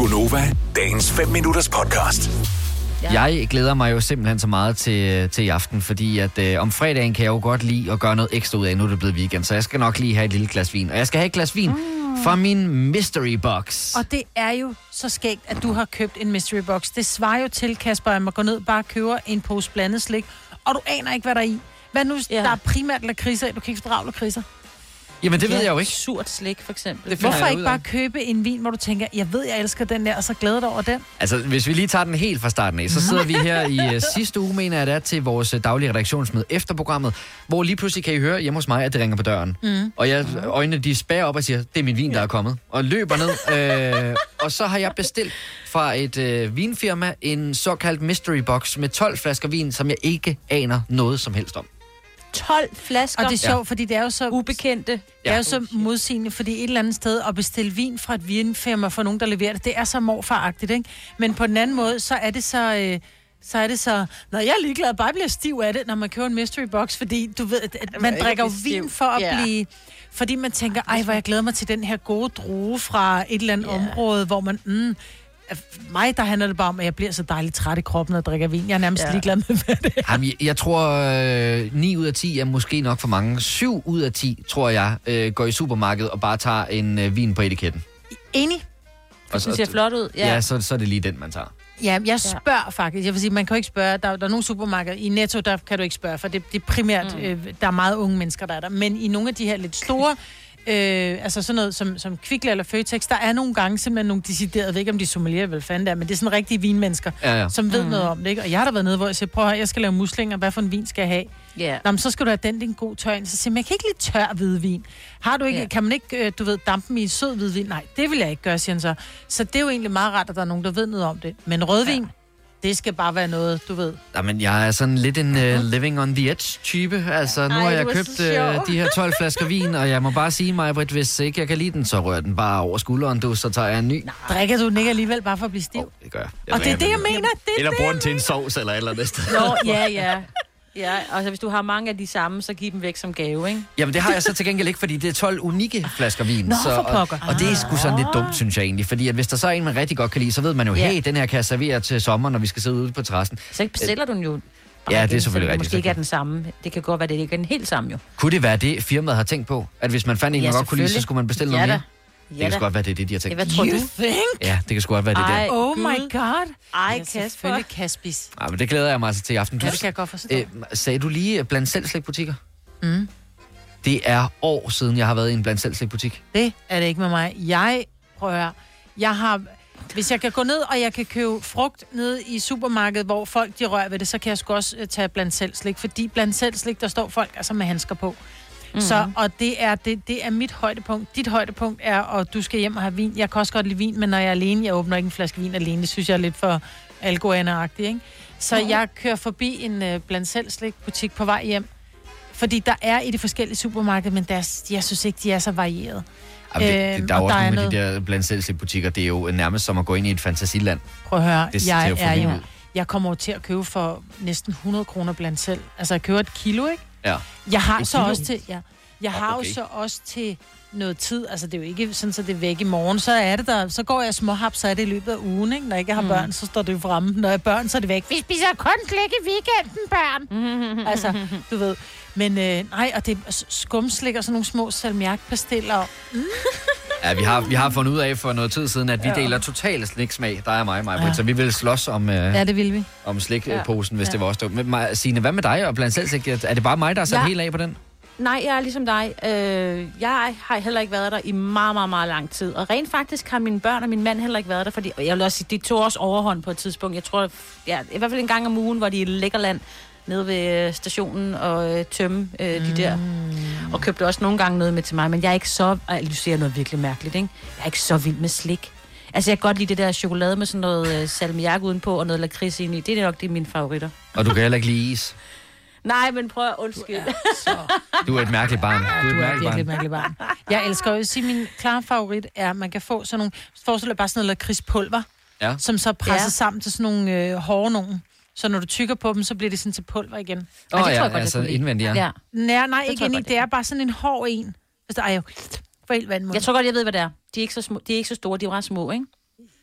Gunova, dagens 5 minutters podcast. Ja. Jeg glæder mig jo simpelthen så meget til i aften, fordi at om fredagen kan jeg jo godt lide at gøre noget ekstra ud af, nu er det blevet weekend. Så jeg skal nok lige have et lille glas vin. Og jeg skal have et glas vin fra min mystery box. Og det er jo så skægt, at du har købt en mystery box. Det svarer jo til, Kasper, at man går ned og bare køber en pose blandet slik, og du aner ikke, hvad der er i. Hvad nu, der er primært lakridser i? Du kan ikke fordrage lakridser. Jamen, det ved jeg jo ikke. Surt slik, for eksempel. Hvorfor ikke bare købe en vin, hvor du tænker, jeg ved, jeg elsker den der, og så glæder dig over den? Altså, hvis vi lige tager den helt fra starten af, så sidder vi her i sidste uge, mener jeg, det er til vores daglige redaktionsmøde efter programmet, hvor lige pludselig kan I høre hjemme hos mig, at det ringer på døren. Og øjnene, de spærrer op og siger, det er min vin, der er kommet. Og løber ned. Og så har jeg bestilt fra et vinfirma en såkaldt mystery box med 12 flasker vin, som jeg ikke aner noget som helst om. 12 flasker. Og det er sjovt, fordi det er jo så ubekendte. Det er jo så modsigende, fordi et eller andet sted at bestille vin fra et vinfirma for nogen, der leverer det, det er så morfaragtigt, ikke? Men på den anden måde, så er det så, når jeg er ligeglad, bare bliver stiv af det, når man køber en mystery box, fordi du ved, at man drikker jo vin for at blive, fordi man tænker, ej, hvor jeg glæder mig til den her gode drue fra et eller andet område, hvor man, mig, der handler det bare om, at jeg bliver så dejligt træt i kroppen, når jeg drikker vin. Jeg er nærmest ligeglad med, hvad det er. Jamen, jeg tror, 9 ud af 10 er måske nok for mange. 7 ud af 10, tror jeg, går i supermarkedet og bare tager en vin på etiketten. Enig. Det ser flot ud. Ja, så er det lige den, man tager. Ja, jeg spørger faktisk. Jeg vil sige, man kan jo ikke spørge. Der er nogle supermarkeder. I Netto, der kan du ikke spørge, for det er primært, der er meget unge mennesker, der er der. Men i nogle af de her lidt store, altså sådan noget som Kvickly eller Føtex, der er nogle gange simpelthen nogle deciderede, jeg ved ikke om de sommelier vel fanden der, men det er sådan rigtige vinmennesker, som ved noget om det, ikke? Og jeg har da været nede, hvor jeg siger, prøv at høre, jeg skal lave muslinger, hvad for en vin skal jeg have? Nå, men så skal du have den, det er en god tør ind. Så siger jeg, jeg kan ikke lide tør hvidvin. Har du ikke, kan man ikke, du ved, dampe dem i sød hvidvin? Nej, det vil jeg ikke gøre, siger han så. Så det er jo egentlig meget rart, at der er nogen, der ved noget om det. Men rødvin, det skal bare være noget, du ved. Jamen, jeg er sådan lidt en living on the edge-type. Altså, nu har jeg købt de her 12 flasker vin, og jeg må bare sige mig, Britt, hvis ikke jeg kan lide den, så rører den bare over skulderen, du, så tager jeg en ny. Drikker du den ikke alligevel bare for at blive stiv? Det gør jeg. Og det er det, jeg mener. Eller bruger den til en sovs eller et eller andet sted. Ja, altså hvis du har mange af de samme, så giv dem væk som gave, ikke? Jamen det har jeg så til gengæld ikke, fordi det er 12 unikke flasker vin. Nå, for pokker. Og det er sgu sådan lidt dumt, synes jeg egentlig. Fordi at hvis der så er en, man rigtig godt kan lide, så ved man jo, hey, den her kan jeg servere til sommer, når vi skal sidde ude på terrassen. Så bestiller du den jo. Ja, det er selvfølgelig rigtigt. Måske ikke er den samme. Det kan godt være, det ikke er den helt samme jo. Kunne det være det, firmaet har tænkt på? At hvis man fandt en, man godt kunne lide, så skulle man bestille noget mere? Det kan sgu godt være, det er det, de har tænkt. Hvad tror du? Ja, det kan sgu godt være, det der. Oh my god. Kasper. Selvfølgelig Kaspis. Ja, men det glæder jeg mig altså til i aften. Ja, det kan jeg godt forstå. Sagde du lige blandt selv slikbutikker? Det er år siden, jeg har været i en blandt selv slikbutik. Det er det ikke med mig. Hvis jeg kan gå ned, og jeg kan købe frugt ned i supermarkedet, hvor folk de rører ved det, så kan jeg sgu også tage blandt selv slik. Fordi blandt selv slik, der står folk altså med handsker på. Så, og det er mit højdepunkt. Dit højdepunkt er, at du skal hjem og have vin. Jeg kan også godt lide vin, men når jeg er alene, jeg åbner ikke en flaske vin alene. Det synes jeg er lidt for algoaneragtigt, ikke? Så jeg kører forbi en blandt selv slik butik på vej hjem. Fordi der er i de forskellige supermarkeder, men jeg synes ikke, de er så varieret. Der er jo også nogle af de der blandt selv slik-butikker. Det er jo nærmest som at gå ind i et fantasiland. Prøv at høre, jeg kommer jo til at købe for næsten 100 kroner blandt selv. Altså, jeg køber et kilo, ikke? Ja. Jeg har så også til... Jeg har jo så også til noget tid, altså det er jo ikke sådan, så det er væk i morgen, så er det der, så går jeg småhap, så er det i løbet af ugen, ikke? Når jeg ikke har børn, så står det jo fremme. Når jeg har børn, så er det væk. Vi spiser kun slik i weekenden, børn! Altså, du ved. Men nej, og det er skumslik og sådan nogle små salmiakpastiller. Ja, vi har fundet ud af for noget tid siden, at vi deler totalt sliksmag, der er mig, Britt, så vi vil slås om, det vil vi. Om slikposen, hvis det var også. Men Signe, hvad med dig og blandt selv slik? Er det bare mig, der er sat helt af på den? Nej, jeg er ligesom dig. Jeg har heller ikke været der i meget, meget, meget lang tid. Og rent faktisk har mine børn og min mand heller ikke været der, fordi jeg vil også sige, de tog også overhånd på et tidspunkt. Jeg tror, i hvert fald en gang om ugen, hvor de i Lækkerland nede ved stationen og tømme de der. Og købte også nogle gange noget med til mig. Men jeg er ikke så... Du siger noget virkelig mærkeligt, ikke? Jeg er ikke så vild med slik. Altså, jeg kan godt lide det der chokolade med sådan noget salmiak udenpå og noget lakrids ind i. Det er nok mine favoritter. Og du kan heller ikke lide is? Nej, men prøv at undskylde. Du er et mærkeligt barn. Du er virkelig et mærkeligt barn. Jeg elsker jo at sige, min klare favorit er, at man kan få sådan nogle... Forestil dig bare sådan noget lakridspulver, som så presser sammen til sådan nogle hårde nogen. Så når du tykker på dem, så bliver det sådan til pulver igen. Det tror jeg godt, altså indvendigt, ja. Nej, ikke indvendigt. Det er bare sådan en hård en. Altså, for helt vandmund. Jeg tror godt, jeg ved, hvad det er. De er ikke så store, de er ret små, ikke?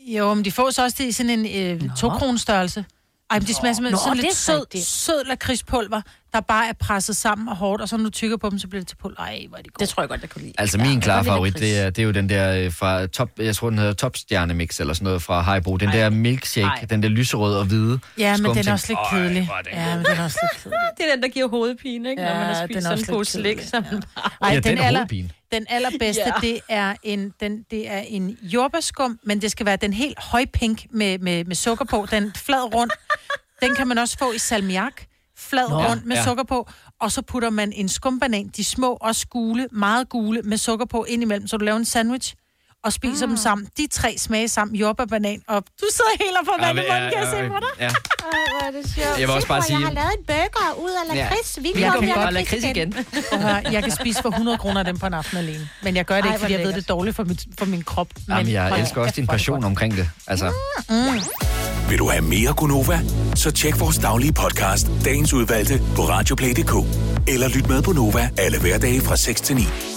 Jo, men de får så også det i sådan en 2-kroner størrelse. Ej, men de smager simpelthen sådan lidt sød lakridspulver, der bare er presset sammen og hårdt, og så når du tykker på dem, så bliver det til pulver. Ej, hvor er det godt. Det tror jeg godt, jeg kunne lide. Altså min klare favorit, det er jo den der fra top, jeg tror den hedder Topstjernemix eller sådan noget fra Haribo. Den der milkshake, den der lyserøde og hvide. Ja, men den er også lidt kedelig. Ja, men den er også lidt kedelig. Det er den, der giver hovedpine, ikke? Når man har spist sådan en pose slik. Ja, den er hovedpine. Den allerbedste, det er en jordbærskum, men det skal være den helt højpink med sukker på. Den flad rundt. Den kan man også få i salmiak. Flad rundt med sukker på. Og så putter man en skumbanan, de små, også gule, meget gule, med sukker på indimellem. Så du laver en sandwich og spiser dem sammen. De 3 smage sammen, jordbærbanan. Og du sidder helt og får vand i munden, kan jeg se på dig? Ja. Hvor er det sjovt. Jeg vil også bare sige... Jeg har lavet en burger ud af lakrids. Jeg kan bare lakrids igen. Jeg kan spise for 100 kroner af dem på en aften alene. Men jeg gør det ikke, fordi jeg ved, det er dårligt for min krop. Jamen, jeg elsker også din passion omkring det. Altså... Vil du have mere Gunova? Så tjek vores daglige podcast, Dagens Udvalgte, på radioplay.dk. Eller lyt med på Nova alle hverdage fra 6 til 9.